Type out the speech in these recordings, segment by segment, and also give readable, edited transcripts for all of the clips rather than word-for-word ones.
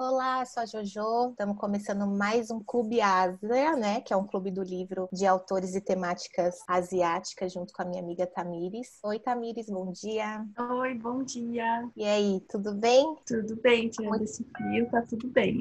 Olá, eu sou a Jojo. Estamos começando mais um Clube Ásia, né? Que é um clube do livro de autores e temáticas asiáticas, junto com a minha amiga Tamires. Oi, Tamires, bom dia. Oi, bom dia. E aí, tudo bem? Tudo bem? Tirando esse frio, tá tudo bem.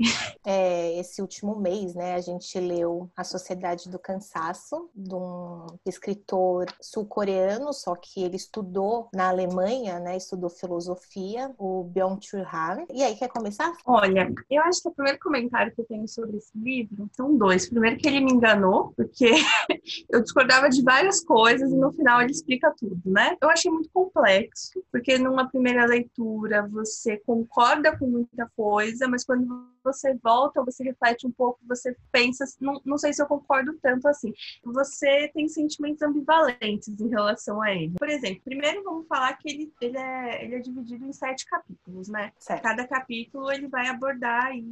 Esse último mês, né, a gente leu A Sociedade do Cansaço, de um escritor sul-coreano, só que ele estudou na Alemanha, né? Estudou filosofia, o Byung-Chul Han. E aí, quer começar? Olha, eu acho que o primeiro comentário que eu tenho sobre esse livro são dois. Primeiro que ele me enganou, porque eu discordava de várias coisas e no final ele explica tudo, né? Eu achei muito complexo, porque numa primeira leitura você concorda com muita coisa, mas quando você volta, você reflete um pouco, você pensa, não sei se eu concordo tanto assim. Você tem sentimentos ambivalentes em relação a ele. Por exemplo, primeiro vamos falar que ele é dividido em 7 capítulos, né? Certo. Cada capítulo ele vai abordar aí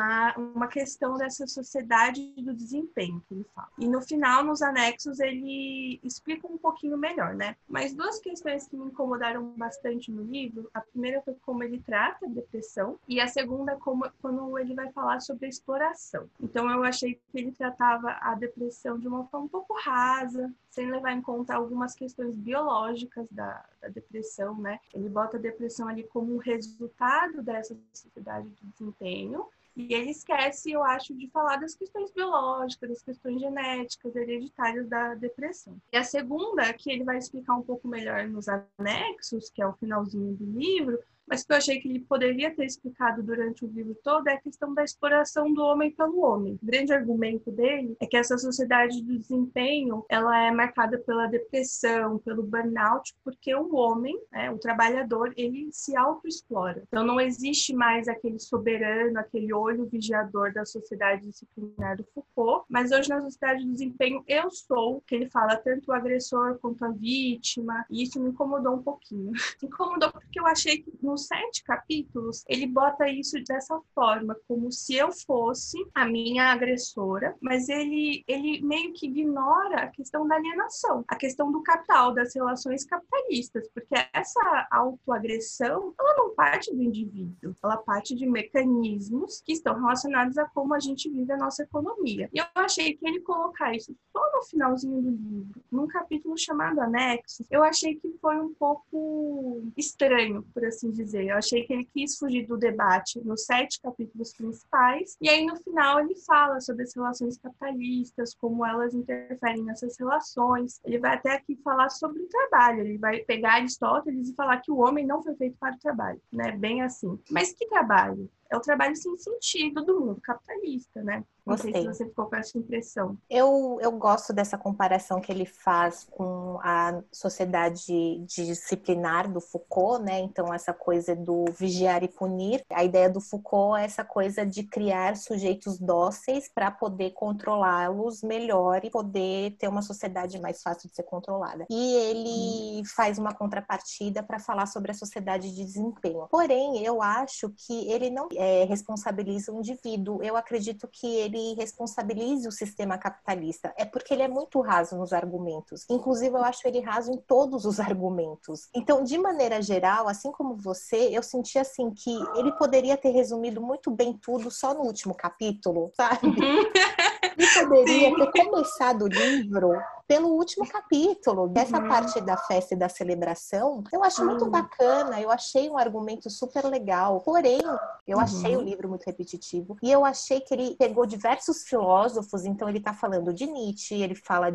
uma questão dessa sociedade do desempenho que ele fala. E no final, nos anexos, ele explica um pouquinho melhor, né? Mas duas questões que me incomodaram bastante no livro, a primeira foi como ele trata a depressão e a segunda quando ele vai falar sobre a exploração. Então eu achei que ele tratava a depressão de uma forma um pouco rasa, sem levar em conta algumas questões biológicas da depressão, né? Ele bota a depressão ali como um resultado dessa sociedade do desempenho, e ele esquece, eu acho, de falar das questões biológicas, das questões genéticas, hereditárias da depressão. E a segunda, que ele vai explicar um pouco melhor nos anexos, que é o finalzinho do livro, mas que eu achei que ele poderia ter explicado durante o livro todo, é a questão da exploração do homem pelo homem. O grande argumento dele é que essa sociedade do desempenho, ela é marcada pela depressão, pelo burnout, porque o homem, né, o trabalhador, ele se autoexplora. Então não existe mais aquele soberano, aquele olho vigiador da sociedade disciplinar do Foucault, mas hoje na sociedade do desempenho eu sou, que ele fala tanto o agressor quanto a vítima, e isso me incomodou um pouquinho. Me incomodou porque eu achei que nos 7 capítulos, ele bota isso dessa forma, como se eu fosse a minha agressora, mas ele meio que ignora a questão da alienação, a questão do capital, das relações capitalistas, porque essa autoagressão, ela não parte do indivíduo, ela parte de mecanismos que estão relacionados a como a gente vive a nossa economia. E eu achei que ele colocar isso só no finalzinho do livro, num capítulo chamado Anexos, eu achei que foi um pouco estranho, por assim dizer. Eu achei que ele quis fugir do debate nos 7 capítulos principais, e aí no final ele fala sobre as relações capitalistas, como elas interferem nessas relações. Ele vai até aqui falar sobre o trabalho, ele vai pegar Aristóteles e falar que o homem não foi feito para o trabalho, né? Bem assim. Mas que trabalho? É o trabalho sem sentido do mundo capitalista, né? Não sei se você ficou com essa impressão. Eu gosto dessa comparação que ele faz com a sociedade disciplinar do Foucault, né? Então, essa coisa do vigiar e punir. A ideia do Foucault é essa coisa de criar sujeitos dóceis para poder controlá-los melhor e poder ter uma sociedade mais fácil de ser controlada. E ele faz uma contrapartida para falar sobre a sociedade de desempenho. Porém, eu acho que ele não responsabiliza o indivíduo. Eu acredito que ele responsabilize o sistema capitalista. É porque ele é muito raso nos argumentos. Inclusive, eu acho ele raso em todos os argumentos. Então, de maneira geral, assim como você, eu senti assim que ele poderia ter resumido muito bem tudo só no último capítulo, sabe? Ele poderia ter começado o livro pelo último capítulo. Essa parte da festa e da celebração, eu acho muito bacana, eu achei um argumento super legal. Porém, eu achei o livro muito repetitivo e eu achei que ele pegou diversos filósofos, então ele tá falando de Nietzsche, ele fala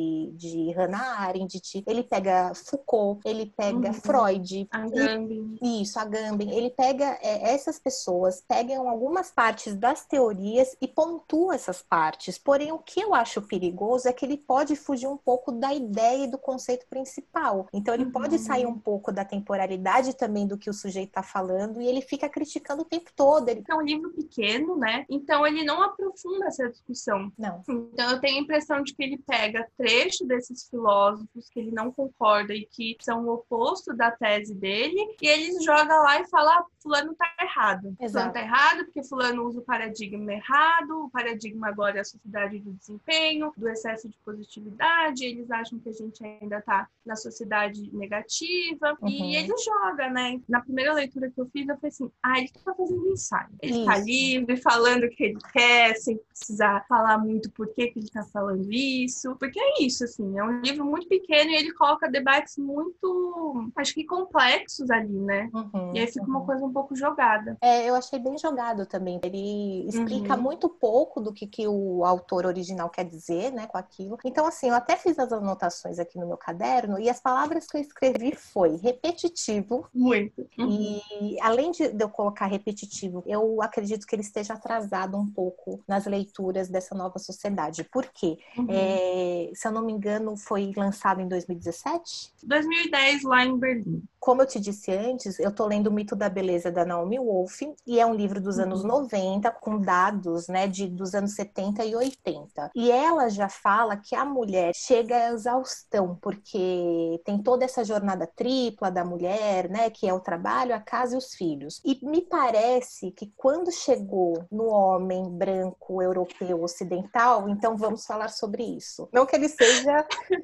de Hannah Arendt, ele pega Foucault, ele pega Freud, Agamben. Isso, Agamben. Ele pega essas pessoas, pegam algumas partes das teorias e pontua essas partes. Porém, o que eu acho perigoso é que ele pode fugir um pouco da ideia e do conceito principal. Então, ele pode sair um pouco da temporalidade também do que o sujeito está falando e ele fica criticando o tempo todo. É um livro pequeno, né? Então, ele não aprofunda essa discussão. Não. Então, eu tenho a impressão de que ele pega trecho desses filósofos que ele não concorda e que são o oposto da tese dele, e ele joga lá e fala, fulano tá errado. Exato. Fulano tá errado porque fulano usa o paradigma errado, o paradigma agora é a sociedade sociedade do desempenho, do excesso de positividade, eles acham que a gente ainda está na sociedade negativa, e ele joga, né? Na primeira leitura que eu fiz, eu falei assim, ele tá fazendo ensaio. Ele tá livre, falando o que ele quer, sem precisar falar muito por que ele tá falando isso, porque é isso, assim, é um livro muito pequeno e ele coloca debates muito, acho que complexos ali, né? E aí fica uma coisa um pouco jogada. Eu achei bem jogado também. Ele explica muito pouco do que o autor original quer dizer, né, com aquilo. Então, assim, eu até fiz as anotações aqui no meu caderno e as palavras que eu escrevi foi repetitivo. Muito. E além de eu colocar repetitivo, eu acredito que ele esteja atrasado um pouco nas leituras dessa nova sociedade. Por quê? Se eu não me engano, foi lançado em 2017? 2010, lá em Berlim. Como eu te disse antes, eu tô lendo O Mito da Beleza, da Naomi Wolf, e é um livro dos anos 90, com dados, né, dos anos 70 e 80. E ela já fala que a mulher chega à exaustão, porque tem toda essa jornada tripla da mulher, né, que é o trabalho, a casa e os filhos. E me parece que quando chegou no homem branco, europeu, ocidental, então vamos falar sobre isso. Não que ele seja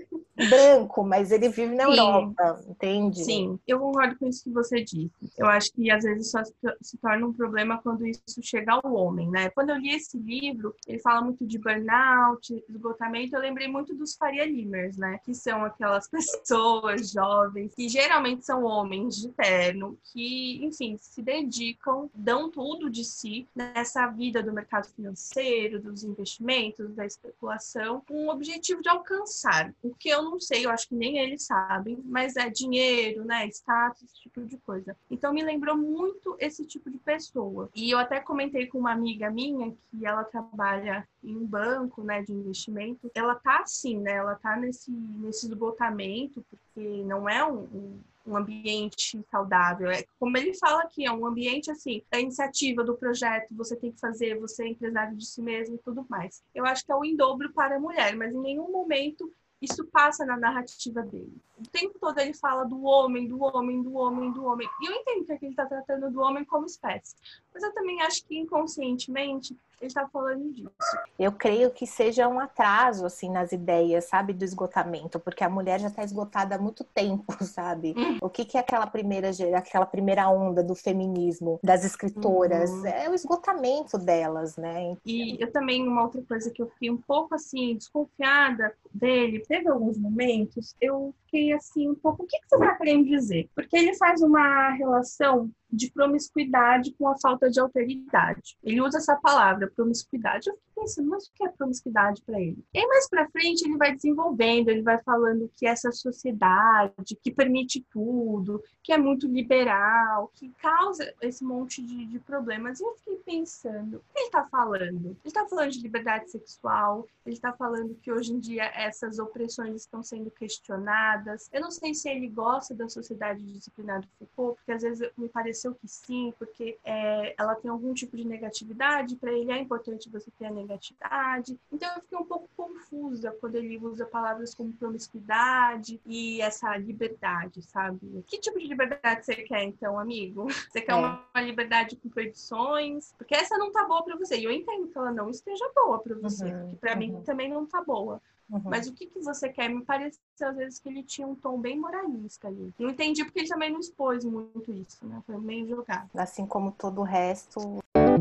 branco, mas ele vive na Europa, entende? Sim, eu concordo com isso que você disse. Eu acho que às vezes só se torna um problema quando isso chega ao homem, né? Quando eu li esse livro, ele fala muito de burnout, esgotamento, eu lembrei muito dos Faria Limers, né? Que são aquelas pessoas jovens, que geralmente são homens de terno, que, enfim, se dedicam, dão tudo de si nessa vida do mercado financeiro, dos investimentos, da especulação, com o objetivo de alcançar o que eu não sei, eu acho que nem eles sabem, mas é dinheiro, né, status, esse tipo de coisa. Então me lembrou muito esse tipo de pessoa. E eu até comentei com uma amiga minha que ela trabalha em um banco, né, de investimento. Ela tá assim, né, ela tá nesse esgotamento, porque não é um ambiente saudável. É como ele fala aqui, é um ambiente assim, da iniciativa do projeto, você tem que fazer, você é empresário de si mesmo e tudo mais. Eu acho que é o em dobro para a mulher, mas em nenhum momento isso passa na narrativa dele. O tempo todo ele fala do homem, do homem, do homem, do homem. E eu entendo que aqui ele está tratando do homem como espécie. Mas eu também acho que inconscientemente ele está falando disso. Eu creio que seja um atraso, assim, nas ideias, sabe, do esgotamento, porque a mulher já está esgotada há muito tempo, sabe? O que é aquela primeira onda do feminismo, das escritoras? É o esgotamento delas, né? E eu também, uma outra coisa que eu fiquei um pouco, assim, desconfiada dele, teve alguns momentos, eu fiquei, assim, um pouco, o que você está querendo dizer? Porque ele faz uma relação de promiscuidade com a falta de alteridade. Ele usa essa palavra, promiscuidade. Eu fiquei pensando, mas o que é promiscuidade para ele? E aí, mais para frente, ele vai desenvolvendo, ele vai falando que essa sociedade que permite tudo, que é muito liberal, que causa esse monte de problemas. E eu fiquei pensando, o que ele está falando? Ele está falando de liberdade sexual, ele está falando que hoje em dia essas opressões estão sendo questionadas. Eu não sei se ele gosta da sociedade disciplinada do Foucault, porque às vezes me pareceu que sim, porque ela tem algum tipo de negatividade, para ele é importante você ter a negatividade. Então eu fiquei um pouco confusa quando ele usa palavras como promiscuidade e essa liberdade, sabe? Que tipo de liberdade você quer, então, amigo? Você quer uma liberdade com proibições? Porque essa não tá boa para você. E eu entendo que ela não esteja boa para você, porque para mim também não tá boa. Mas o que você quer? Me pareceu, às vezes, que ele tinha um tom bem moralista ali. Não entendi porque ele também não expôs muito isso, né? Foi meio jogado. Assim como todo o resto.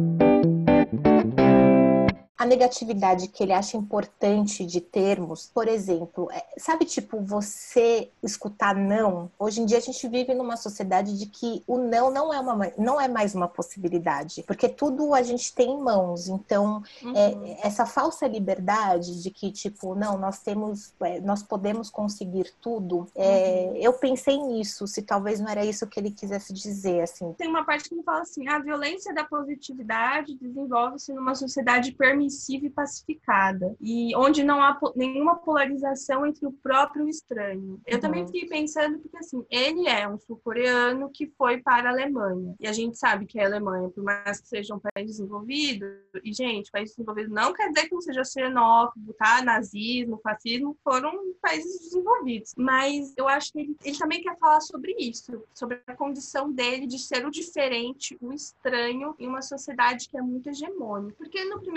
A negatividade que ele acha importante de termos, por exemplo, sabe, tipo, você escutar não? Hoje em dia a gente vive numa sociedade de que o não é mais uma possibilidade, porque tudo a gente tem em mãos. Então, essa falsa liberdade de que, tipo, não, nós podemos conseguir tudo, eu pensei nisso, se talvez não era isso que ele quisesse dizer, assim. Tem uma parte que ele fala assim, a violência da positividade desenvolve-se numa sociedade permissiva e pacificada, e onde não há nenhuma polarização entre o próprio e o estranho. Eu também fiquei pensando, porque assim, ele é um sul-coreano que foi para a Alemanha, e a gente sabe que a Alemanha, por mais que seja um país desenvolvido, e gente, país desenvolvido não quer dizer que não seja xenófobo, tá? Nazismo, fascismo, foram países desenvolvidos, mas eu acho que ele também quer falar sobre isso, sobre a condição dele de ser o diferente, o estranho, em uma sociedade que é muito hegemônica. Porque no primeiro capítulo,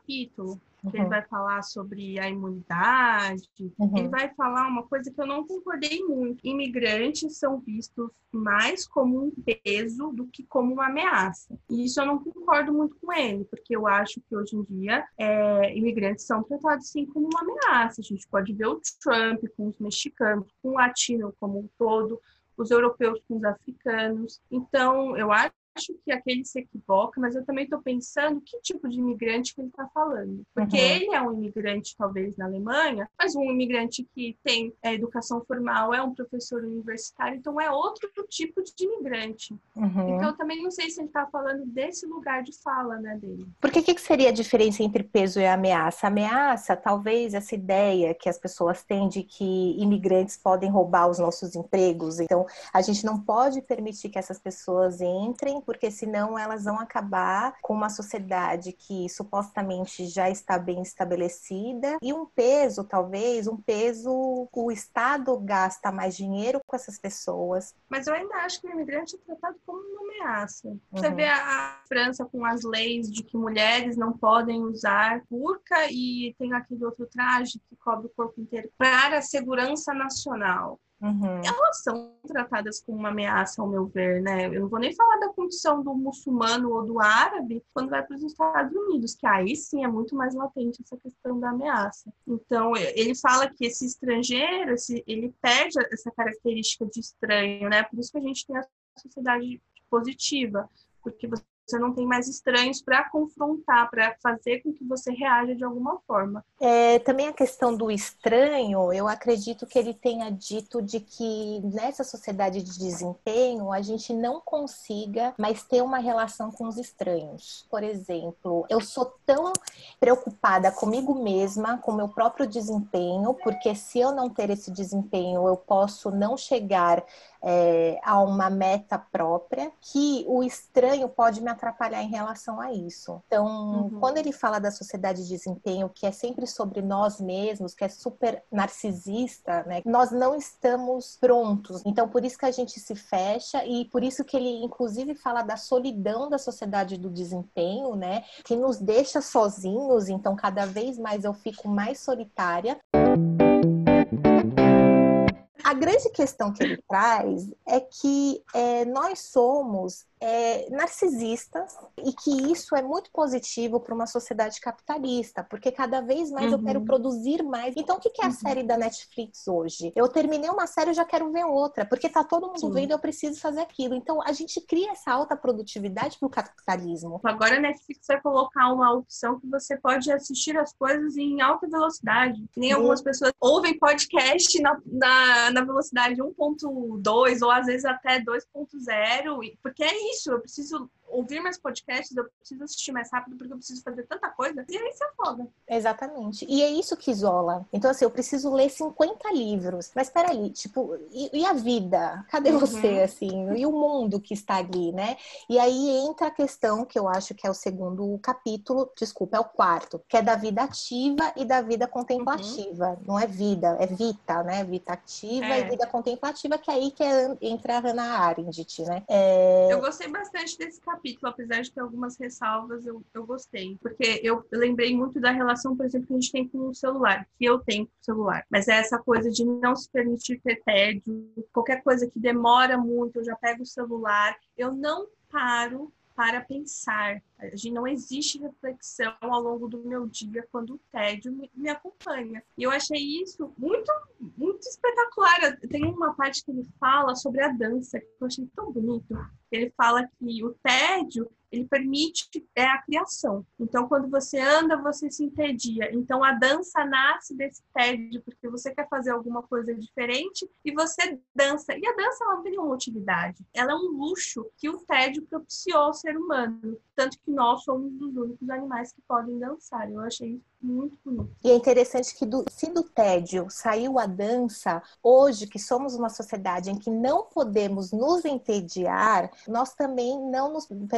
capítulo, que ele vai falar sobre a imunidade, ele vai falar uma coisa que eu não concordei muito. Imigrantes são vistos mais como um peso do que como uma ameaça. E isso eu não concordo muito com ele, porque eu acho que hoje em dia imigrantes são tratados sim como uma ameaça. A gente pode ver o Trump com os mexicanos, com o latino como um todo, os europeus com os africanos. Então, eu acho que aquele se equivoca, mas eu também estou pensando que tipo de imigrante que ele está falando. Porque ele é um imigrante, talvez, na Alemanha, mas um imigrante que tem educação formal, é um professor universitário, então é outro tipo de imigrante. Então, eu também não sei se ele está falando desse lugar de fala, né, dele. Porque o que seria a diferença entre peso e ameaça? Ameaça, talvez, essa ideia que as pessoas têm de que imigrantes podem roubar os nossos empregos. Então, a gente não pode permitir que essas pessoas entrem, porque senão elas vão acabar com uma sociedade que supostamente já está bem estabelecida. E um peso, talvez, o Estado gasta mais dinheiro com essas pessoas. Mas eu ainda acho que o imigrante é tratado como uma ameaça. Você vê a França com as leis de que mulheres não podem usar burca e tem aquele outro traje que cobre o corpo inteiro para a segurança nacional. Elas são tratadas como uma ameaça, ao meu ver, né? Eu não vou nem falar da condição do muçulmano ou do árabe quando vai para os Estados Unidos, que aí sim é muito mais latente essa questão da ameaça. Então, ele fala que esse estrangeiro, ele perde essa característica de estranho, né? Por isso que a gente tem a sociedade positiva, porque você não tem mais estranhos para confrontar, para fazer com que você reaja de alguma forma. Também a questão do estranho, eu acredito que ele tenha dito de que nessa sociedade de desempenho a gente não consiga mais ter uma relação com os estranhos. Por exemplo, eu sou tão preocupada comigo mesma, com o meu próprio desempenho, porque se eu não ter esse desempenho, eu posso não chegar a uma meta própria, que o estranho pode me atrapalhar em relação a isso. Então, quando ele fala da sociedade de desempenho, que é sempre sobre nós mesmos, que é super narcisista, né? Nós não estamos prontos. Então, por isso que a gente se fecha e por isso que ele, inclusive, fala da solidão da sociedade do desempenho, né? Que nos deixa sozinhos, então cada vez mais eu fico mais solitária. A grande questão que ele traz é que nós somos narcisistas e que isso é muito positivo para uma sociedade capitalista, porque cada vez mais eu quero produzir mais. Então, o que é a série da Netflix hoje? Eu terminei uma série, eu já quero ver outra, porque tá todo mundo vendo, eu preciso fazer aquilo. Então, a gente cria essa alta produtividade para o capitalismo. Agora a Netflix vai colocar uma opção que você pode assistir as coisas em alta velocidade. Nem algumas pessoas ouvem podcast na velocidade 1.2 ou às vezes até 2.0, porque é isso, eu preciso ouvir mais podcasts, eu preciso assistir mais rápido porque eu preciso fazer tanta coisa, e aí você afoga. Exatamente. E é isso que isola. Então, assim, eu preciso ler 50 livros. Mas peraí, tipo, e a vida? Cadê você, assim? E o mundo que está ali, né? E aí entra a questão que eu acho que é o segundo capítulo, desculpa, é o quarto, que é da vida ativa e da vida contemplativa. Não é vida, é vita, né? Vida ativa e vida contemplativa, que é aí que entra a Hannah Arendt, né? Eu gostei bastante desse capítulo, apesar de ter algumas ressalvas, eu gostei. Porque eu lembrei muito da relação, por exemplo, que a gente tem com o celular, que eu tenho com o celular. Mas é essa coisa de não se permitir ter tédio, qualquer coisa que demora muito, eu já pego o celular, eu não paro para pensar. Não existe reflexão ao longo do meu dia quando o tédio me acompanha. E eu achei isso muito, muito espetacular. Tem uma parte que ele fala sobre a dança, que eu achei tão bonito. Ele fala que o tédio, ele permite a criação. Então, quando você anda, você se entedia. Então, a dança nasce desse tédio, porque você quer fazer alguma coisa diferente e você dança. E a dança, ela não tem uma utilidade. Ela é um luxo que o tédio propiciou ao ser humano. Tanto que nós somos os únicos animais que podem dançar. Eu achei isso muito bonito. E é interessante que se do tédio saiu a dança, hoje que somos uma sociedade em que não podemos nos entediar, nós também não nos permitimos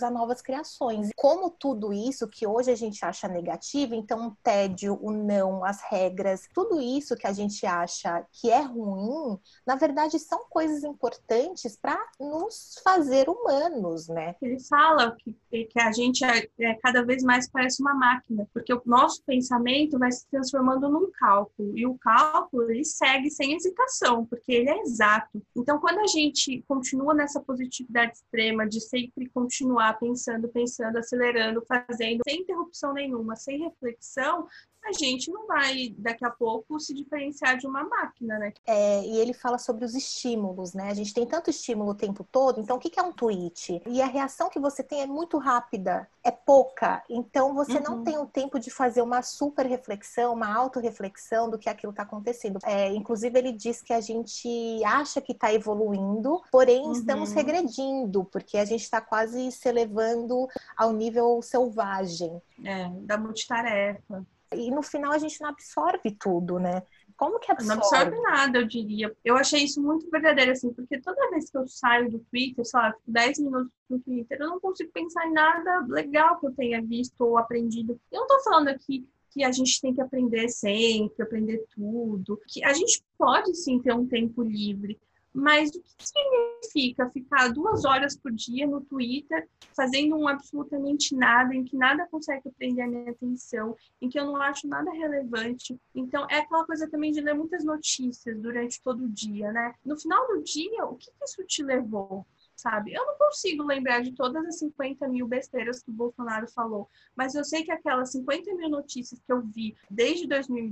a novas criações. Como tudo isso que hoje a gente acha negativo, então o tédio, o não, as regras, tudo isso que a gente acha que é ruim, na verdade são coisas importantes para nos fazer humanos, né? Ele fala que a gente cada vez mais parece uma máquina, porque o nosso pensamento vai se transformando num cálculo, e o cálculo ele segue sem hesitação, porque ele é exato. Então, quando a gente continua nessa positividade extrema de sempre continuar pensando, acelerando, fazendo, sem interrupção nenhuma, sem reflexão, a gente não vai, daqui a pouco, se diferenciar de uma máquina, né? E ele fala sobre os estímulos, né? A gente tem tanto estímulo o tempo todo, então o que é um tweet? E a reação que você tem é muito rápida, é pouca, então você não tem o tempo de fazer uma super reflexão, uma autorreflexão do que aquilo está acontecendo. Inclusive, ele diz que a gente acha que está evoluindo, porém estamos regredindo, porque a gente está quase se elevando ao nível selvagem. Da multitarefa. E no final a gente não absorve tudo, né? Como que absorve? Não absorve nada, eu diria. Eu achei isso muito verdadeiro, assim, porque toda vez que eu saio do Twitter, sei lá, fico 10 minutos no Twitter, eu não consigo pensar em nada legal que eu tenha visto ou aprendido. Eu não tô falando aqui que a gente tem que aprender sempre, aprender tudo, que a gente pode sim ter um tempo livre, mas o que significa ficar 2 horas por dia no Twitter fazendo absolutamente nada, em que nada consegue prender a minha atenção, em que eu não acho nada relevante? Então, é aquela coisa também de ler muitas notícias durante todo o dia, né? No final do dia, o que isso te levou? Sabe? Eu não consigo lembrar de todas as 50 mil besteiras que o Bolsonaro falou, mas eu sei que aquelas 50 mil notícias que eu vi desde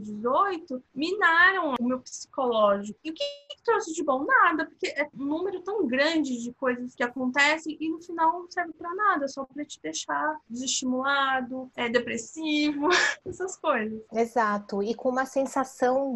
2018 minaram o meu psicológico. E o que trouxe de bom? Nada, porque é um número tão grande de coisas que acontecem e no final não serve pra nada, só pra te deixar desestimulado, depressivo, essas coisas. Exato, e com uma sensação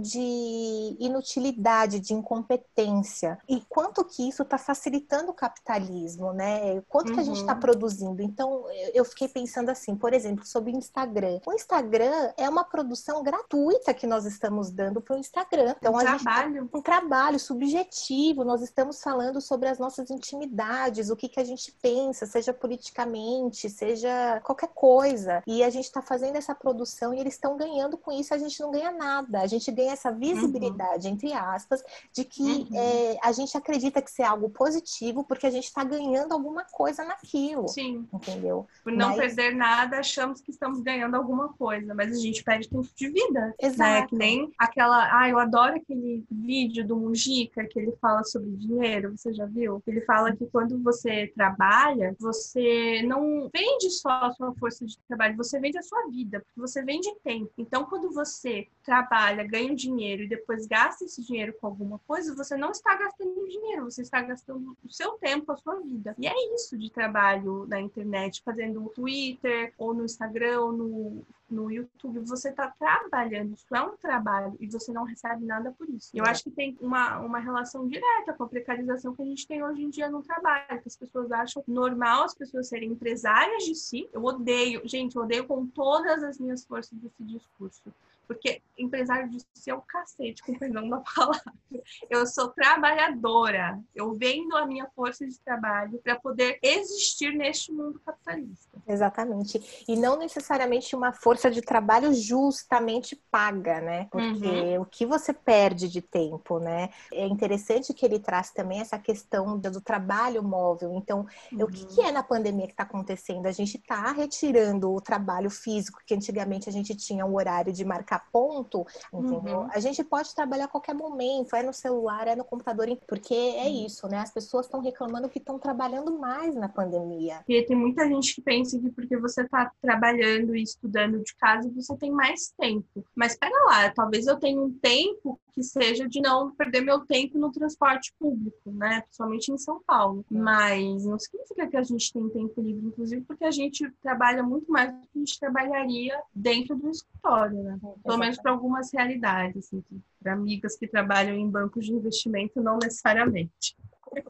de inutilidade, de incompetência. E quanto que isso está facilitando o capitalismo, né? Quanto que a gente está produzindo. Então, eu fiquei pensando assim, por exemplo, sobre o Instagram. O Instagram é uma produção gratuita que nós estamos dando para o Instagram. Então, um trabalho subjetivo, nós estamos falando sobre as nossas intimidades, o que a gente pensa, seja politicamente, seja qualquer coisa. E a gente está fazendo essa produção e eles estão ganhando com isso, a gente não ganha nada. A gente ganha essa visibilidade, entre aspas, de que a gente acredita que isso é algo positivo, porque a gente está ganhando alguma coisa naquilo. Sim. Entendeu? Por não perder nada, achamos que estamos ganhando alguma coisa, mas a gente perde tempo de vida. Exato. Né? Que nem aquela... eu adoro aquele vídeo do Mujica que ele fala sobre dinheiro, você já viu? Ele fala que quando você trabalha, você não vende só a sua força de trabalho, você vende a sua vida, porque você vende tempo. Então, quando você trabalha, ganha dinheiro e depois gasta esse dinheiro com alguma coisa, você não está gastando dinheiro, você está gastando o seu tempo, a sua vida. E é isso de trabalho na internet, fazendo no Twitter, ou no Instagram, ou no YouTube, você está trabalhando, isso é um trabalho, e você não recebe nada por isso. Eu acho que tem uma relação direta com a precarização que a gente tem hoje em dia no trabalho, que as pessoas acham normal as pessoas serem empresárias de si. Eu odeio com todas as minhas forças esse discurso. Porque empresário de si é o cacete, com perdão da palavra. Eu sou trabalhadora. Eu vendo a minha força de trabalho para poder existir neste mundo capitalista. Exatamente. E não necessariamente uma força de trabalho justamente paga, né? Porque o que você perde de tempo, né? É interessante que ele traz também essa questão do trabalho móvel. Então, o que é na pandemia que está acontecendo? A gente está retirando o trabalho físico, que antigamente a gente tinha um horário de marcar ponto, entendeu? A gente pode trabalhar a qualquer momento, é no celular, é no computador, porque é isso, né? As pessoas estão reclamando que estão trabalhando mais na pandemia. E tem muita gente que pensa que porque você está trabalhando e estudando de casa, você tem mais tempo. Mas pera lá, talvez eu tenha um tempo que seja de não perder meu tempo no transporte público, né? Principalmente em São Paulo. Mas não significa que a gente tem tempo livre, inclusive porque a gente trabalha muito mais do que a gente trabalharia dentro do escritório, né? Pelo menos para algumas realidades, assim, para amigas que trabalham em bancos de investimento, não necessariamente.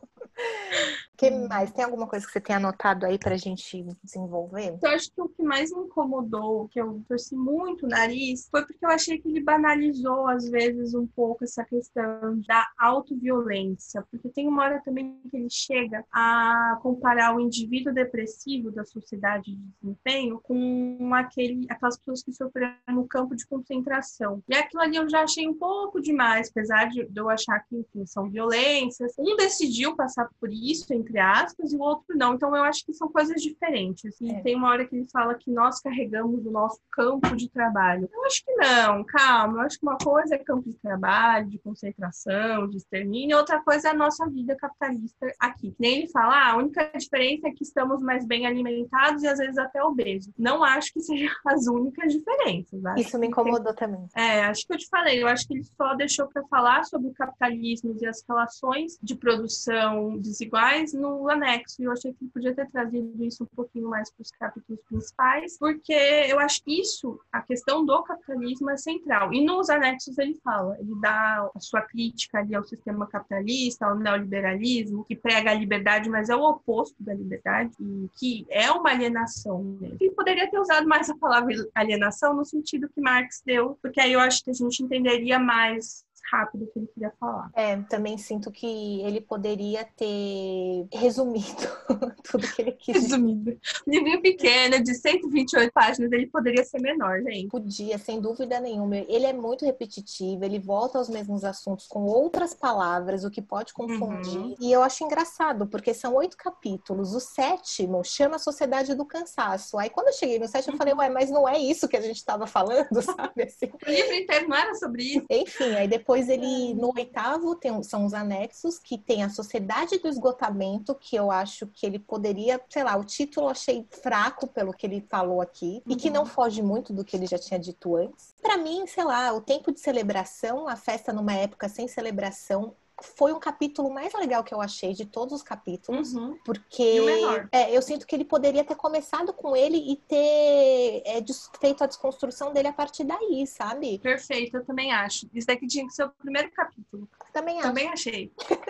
Que mais? Tem alguma coisa que você tem anotado aí pra gente desenvolver? Eu acho que o que mais me incomodou, que eu torci muito o nariz, foi porque eu achei que ele banalizou, às vezes, um pouco essa questão da autoviolência. Porque tem uma hora também que ele chega a comparar o indivíduo depressivo da sociedade de desempenho com aquelas pessoas que sofreram no campo de concentração. E aquilo ali eu já achei um pouco demais, apesar de eu achar que, enfim, são violências. Um decidiu passar por isso, entre aspas, e o outro não. Então eu acho que são coisas diferentes. E tem uma hora que ele fala que nós carregamos o nosso campo de trabalho. Eu acho que não, calma. Eu acho que uma coisa é campo de trabalho, de concentração, de extermínio, outra coisa é a nossa vida capitalista aqui. Nem ele fala, a única diferença é que estamos mais bem alimentados e às vezes até obesos. Não acho que sejam as únicas diferenças. Isso me incomodou também. Acho que eu te falei, eu acho que ele só deixou para falar sobre o capitalismo e as relações de produção desiguais no anexo. E eu achei que ele podia ter trazido isso um pouquinho mais para os capítulos principais, porque eu acho que isso, a questão do capitalismo é central. E nos anexos ele fala, ele dá a sua crítica ali ao sistema capitalista, ao neoliberalismo, que prega a liberdade, mas é o oposto da liberdade, e que é uma alienação mesmo. Ele poderia ter usado mais a palavra alienação no sentido que Marx deu, porque aí eu acho que a gente entenderia mais rápido o que ele queria falar. Também sinto que ele poderia ter resumido tudo que ele quis. Resumido. Um livrinho pequeno, de 128 páginas, ele poderia ser menor, gente. Podia, sem dúvida nenhuma. Ele é muito repetitivo, ele volta aos mesmos assuntos com outras palavras, o que pode confundir. E eu acho engraçado, porque são 8 capítulos. O 7º chama Sociedade do Cansaço. Aí quando eu cheguei no 7, eu falei, ué, mas não é isso que a gente estava falando, sabe? Assim. O livro inteiro não era sobre isso. Enfim, aí depois ele, no 8º, são os anexos, que tem a Sociedade do Esgotamento, que eu acho que ele poderia, sei lá, o título eu achei fraco pelo que ele falou aqui, e que não foge muito do que ele já tinha dito antes. Para mim, sei lá, o tempo de celebração, a festa numa época sem celebração, foi um capítulo mais legal que eu achei de todos os capítulos, porque eu sinto que ele poderia ter começado com ele e ter feito a desconstrução dele a partir daí, sabe? Perfeito, eu também acho. Isso daqui tinha que ser o primeiro capítulo. Também achei.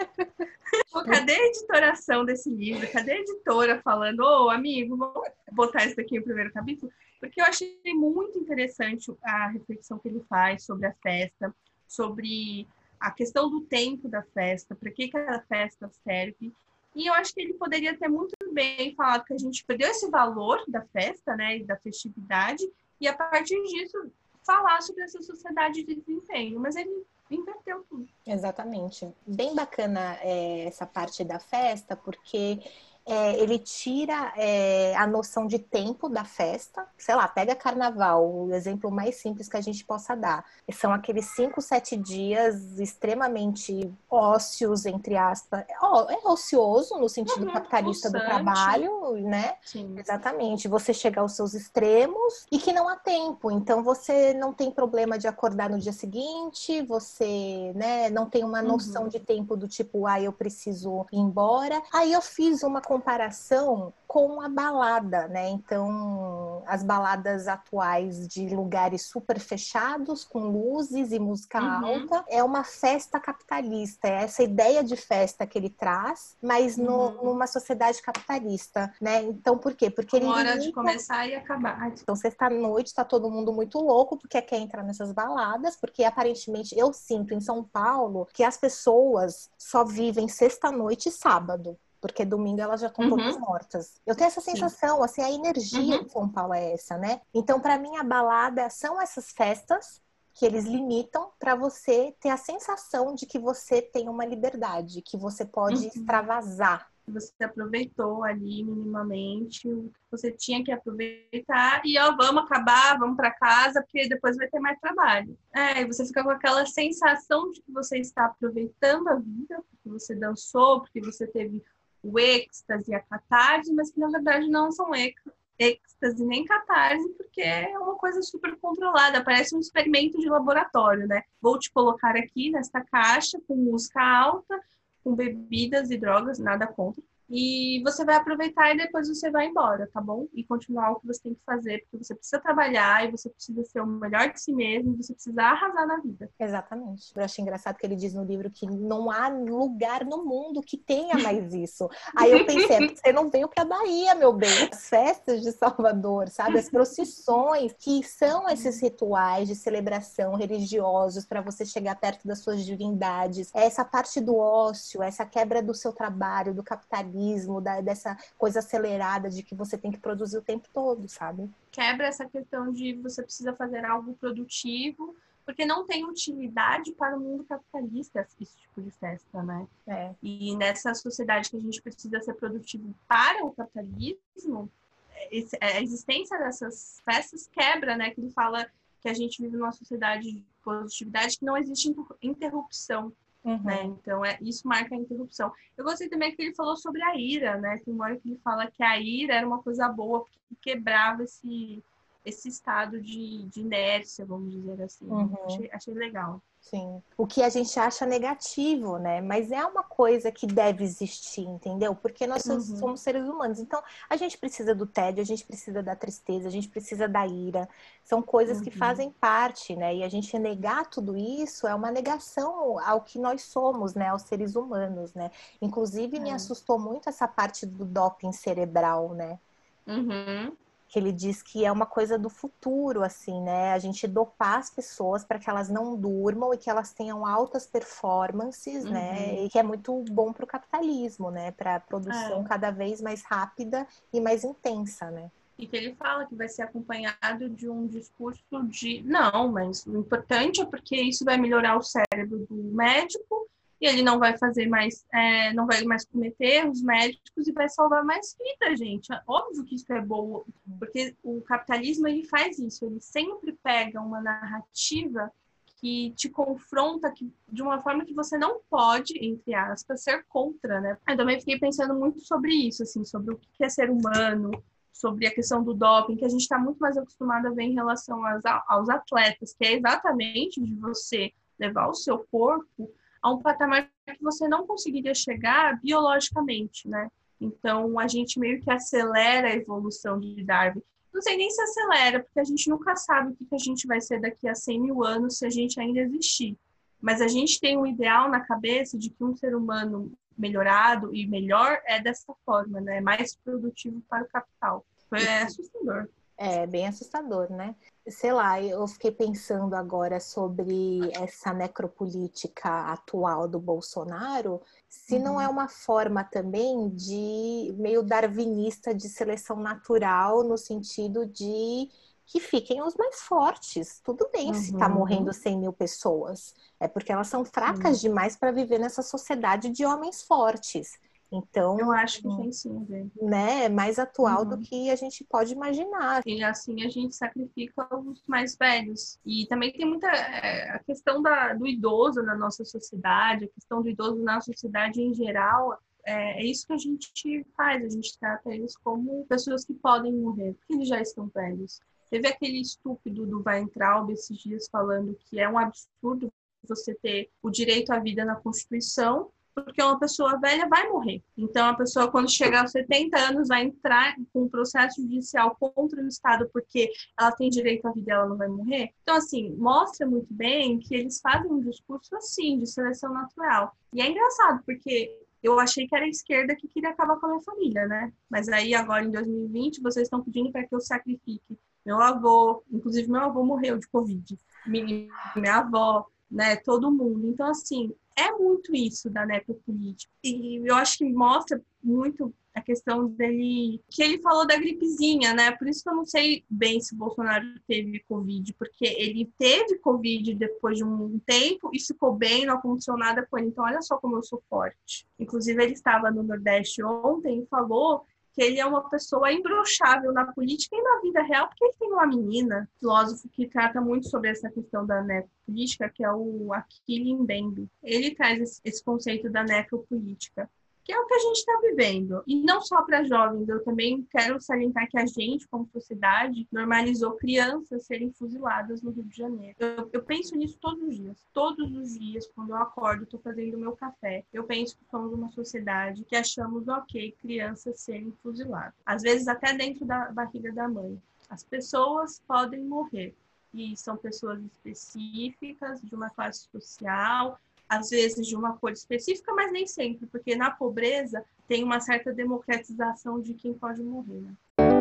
Pô, cadê a editoração desse livro? Cadê a editora falando, amigo, vamos botar isso daqui no primeiro capítulo? Porque eu achei muito interessante a reflexão que ele faz sobre a festa, sobre a questão do tempo da festa, para que a festa serve. E eu acho que ele poderia ter muito bem falado que a gente perdeu esse valor da festa, né, e da festividade, e a partir disso falar sobre essa sociedade de desempenho. Mas ele inverteu tudo. Exatamente. Bem bacana essa parte da festa, porque ele tira a noção de tempo da festa. Sei lá, pega carnaval, o exemplo mais simples que a gente possa dar. São aqueles 5, 7 dias extremamente ósseos, entre aspas. É ocioso no sentido capitalista do trabalho, né? Sim. Exatamente. Você chega aos seus extremos e que não há tempo. Então, você não tem problema de acordar no dia seguinte, você, né, não tem uma noção de tempo do tipo, eu preciso ir embora. Aí eu fiz uma comparação com a balada, né? Então, as baladas atuais de lugares super fechados, com luzes e música alta, é uma festa capitalista. É essa ideia de festa que ele traz, mas numa sociedade capitalista, né? Então, por quê? Porque ele hora de começar e acabar. Então, sexta-noite tá todo mundo muito louco porque quer entrar nessas baladas, porque aparentemente eu sinto em São Paulo que as pessoas só vivem sexta-noite e sábado. Porque domingo elas já estão todas mortas. Eu tenho essa sensação, assim, a energia de São Paulo é essa, né? Então, para mim, a balada são essas festas que eles limitam para você ter a sensação de que você tem uma liberdade, que você pode extravasar. Você aproveitou ali minimamente o que você tinha que aproveitar e vamos acabar, vamos para casa, porque depois vai ter mais trabalho. E você fica com aquela sensação de que você está aproveitando a vida, porque você dançou, porque você teve o êxtase e a catarse, mas que na verdade não são êxtase nem catarse, porque é uma coisa super controlada, parece um experimento de laboratório, né? Vou te colocar aqui nesta caixa com música alta, com bebidas e drogas, nada contra, E você vai aproveitar e depois você vai embora, tá bom? E continuar o que você tem que fazer, porque você precisa trabalhar e você precisa ser o melhor de si mesmo, e você precisa arrasar na vida. Exatamente. Eu achei engraçado que ele diz no livro que não há lugar no mundo que tenha mais isso. Aí eu pensei, é porque você não veio para Bahia, meu bem. As festas de Salvador, sabe? As procissões, que são esses rituais de celebração religiosos para você chegar perto das suas divindades. Essa parte do ócio, essa quebra do seu trabalho, do capitalismo, dessa coisa acelerada de que você tem que produzir o tempo todo, sabe? Quebra essa questão de você precisa fazer algo produtivo, porque não tem utilidade para o mundo capitalista esse tipo de festa, né? É. E nessa sociedade que a gente precisa ser produtivo para o capitalismo, a existência dessas festas quebra, né? Que ele fala que a gente vive numa sociedade de positividade que não existe interrupção. Né? Então, isso marca a interrupção. Eu gostei também que ele falou sobre a ira, né? Tem uma hora que ele fala que a ira era uma coisa boa, porque quebrava esse estado de inércia, vamos dizer assim. Achei legal. Sim. O que a gente acha negativo, né? Mas é uma coisa que deve existir, entendeu? Porque nós somos seres humanos. Então, a gente precisa do tédio, a gente precisa da tristeza, a gente precisa da ira. São coisas que fazem parte, né? E a gente negar tudo isso é uma negação ao que nós somos, né? Aos seres humanos, né? Inclusive, me assustou muito essa parte do doping cerebral, né? Que ele diz que é uma coisa do futuro, assim, né? A gente dopar as pessoas para que elas não durmam e que elas tenham altas performances, né? E que é muito bom para o capitalismo, né? Para a produção cada vez mais rápida e mais intensa, né? E que ele fala que vai ser acompanhado de um discurso de não, mas o importante é porque isso vai melhorar o cérebro do médico e ele não vai fazer mais, não vai mais cometer erros médicos e vai salvar mais vidas, gente. Óbvio que isso é bom, porque o capitalismo ele faz isso, ele sempre pega uma narrativa que te confronta de uma forma que você não pode, entre aspas, ser contra, né? Eu também fiquei pensando muito sobre isso, assim, sobre o que é ser humano, sobre a questão do doping, que a gente está muito mais acostumado a ver em relação aos atletas, que é exatamente de você levar o seu corpo a um patamar que você não conseguiria chegar biologicamente, né? Então, a gente meio que acelera a evolução de Darwin. Não sei nem se acelera, porque a gente nunca sabe o que a gente vai ser daqui a 100 mil anos se a gente ainda existir. Mas a gente tem um ideal na cabeça de que um ser humano melhorado e melhor é dessa forma, né? Mais produtivo para o capital. É assustador. É bem assustador, né? Sei lá, eu fiquei pensando agora sobre essa necropolítica atual do Bolsonaro, se não é uma forma também de meio darwinista de seleção natural, no sentido de que fiquem os mais fortes. Tudo bem se está morrendo 100 mil pessoas, é porque elas são fracas demais para viver nessa sociedade de homens fortes. Então, eu acho que tem sim, velho. Né, é mais atual do que a gente pode imaginar. E assim a gente sacrifica os mais velhos. E também tem muita a questão do idoso na nossa sociedade, a questão do idoso na sociedade em geral. É isso que a gente faz, a gente trata eles como pessoas que podem morrer, porque eles já estão velhos. Teve aquele estúpido do Weintraub esses dias falando que é um absurdo você ter o direito à vida na Constituição, porque uma pessoa velha vai morrer. Então, a pessoa, quando chegar aos 70 anos, vai entrar com um processo judicial contra o Estado porque ela tem direito à vida e ela não vai morrer. Então, assim, mostra muito bem que eles fazem um discurso assim, de seleção natural. E é engraçado, porque eu achei que era a esquerda que queria acabar com a minha família, né? Mas aí, agora, em 2020, vocês estão pedindo para que eu sacrifique meu avô. Inclusive, meu avô morreu de Covid. Minha avó, né? Todo mundo. Então, assim, é muito isso da necropolítica. E eu acho que mostra muito a questão dele, que ele falou da gripezinha, né? Por isso que eu não sei bem se o Bolsonaro teve Covid, porque ele teve Covid depois de um tempo e ficou bem, não aconteceu nada com ele. Então, olha só como eu sou forte. Inclusive, ele estava no Nordeste ontem e falou que ele é uma pessoa imbrochável na política e na vida real, porque ele tem uma menina, filósofo que trata muito sobre essa questão da necropolítica, que é o Achille Mbembe. Ele traz esse conceito da necropolítica. que é o que a gente está vivendo. E não só para jovens, eu também quero salientar que a gente, como sociedade, normalizou crianças serem fuziladas no Rio de Janeiro. Eu penso nisso todos os dias, quando eu acordo, estou fazendo o meu café. Eu penso que somos uma sociedade que achamos ok crianças serem fuziladas. Às vezes até dentro da barriga da mãe. As pessoas podem morrer. E são pessoas específicas, de uma classe social, às vezes de uma cor específica, mas nem sempre, porque na pobreza tem uma certa democratização de quem pode morrer, né?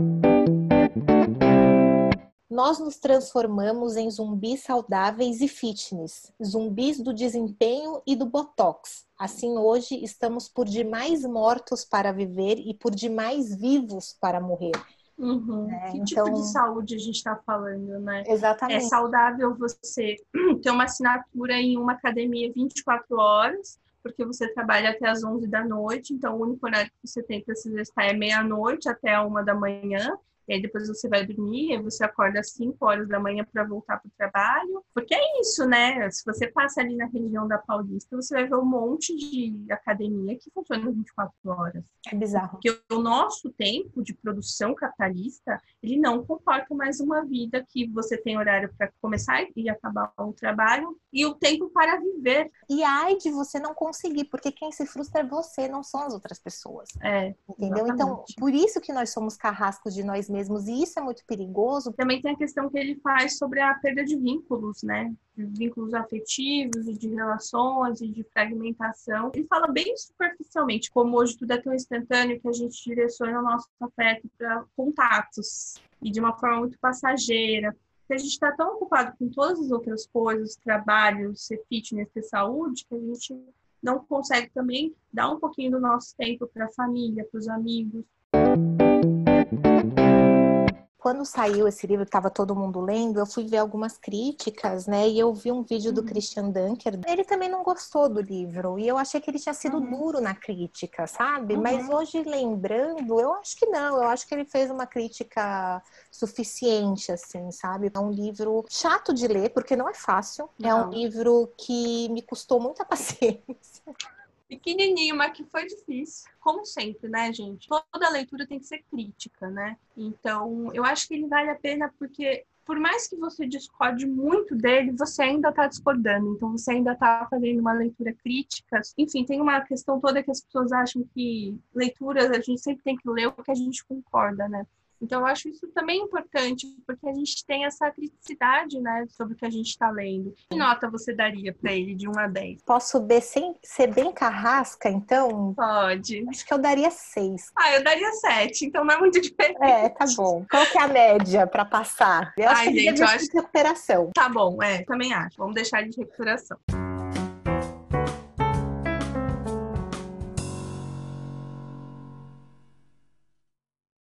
Nós nos transformamos em zumbis saudáveis e fitness, zumbis do desempenho e do botox. Assim, hoje estamos por demais mortos para viver e por demais vivos para morrer. Que tipo de saúde a gente está falando, né? Exatamente. É saudável você ter uma assinatura em uma academia 24 horas, porque você trabalha até as 11 da noite, então o único horário que você tem para se exercitar é meia-noite até 1 da manhã, e aí depois você vai dormir, e você acorda às 5 horas da manhã para voltar para o trabalho. Porque é isso, né? Se você passa ali na região da Paulista, você vai ver um monte de academia que funciona 24 horas. É bizarro. Porque o nosso tempo de produção capitalista, ele não comporta mais uma vida que você tem horário para começar e acabar o trabalho e o tempo para viver. E ai de você não conseguir, porque quem se frustra é você, não são as outras pessoas. Entendeu? Exatamente. Então, por isso que nós somos carrascos de nós mesmos, e isso é muito perigoso. Também tem a questão que ele faz sobre a perda de vínculos, né? De vínculos afetivos e de relações e de fragmentação. Ele fala bem superficialmente, como hoje tudo é tão instantâneo que a gente direciona o nosso afeto para contatos e de uma forma muito passageira. Porque a gente está tão ocupado com todas as outras coisas, trabalho, ser fitness, ter saúde, que a gente não consegue também dar um pouquinho do nosso tempo para a família, para os amigos. Quando saiu esse livro, que estava todo mundo lendo, eu fui ver algumas críticas, né? E eu vi um vídeo do Christian Dunker. Ele também não gostou do livro. E eu achei que ele tinha sido duro na crítica, sabe? Mas hoje, lembrando, eu acho que não. Eu acho que ele fez uma crítica suficiente, assim, sabe? É um livro chato de ler, porque não é fácil. Não. É um livro que me custou muita paciência. Pequenininho, mas que foi difícil. Como sempre, né, gente? Toda leitura tem que ser crítica, né? Então, eu acho que ele vale a pena porque, por mais que você discorde muito dele, você ainda está discordando. Então, você ainda está fazendo uma leitura crítica. Enfim, tem uma questão toda que as pessoas acham que leituras, a gente sempre tem que ler o que a gente concorda, né? Então, eu acho isso também importante, porque a gente tem essa criticidade, né, sobre o que a gente está lendo. Que nota você daria para ele de 1 a 10? Posso ser bem carrasca, então? Pode. Acho que eu daria 6. Eu daria 7, então não é muito diferente. Tá bom. Qual que é a média para passar? Eu acho que gente, eu acho de recuperação. Tá bom, também acho. Vamos deixar de recuperação.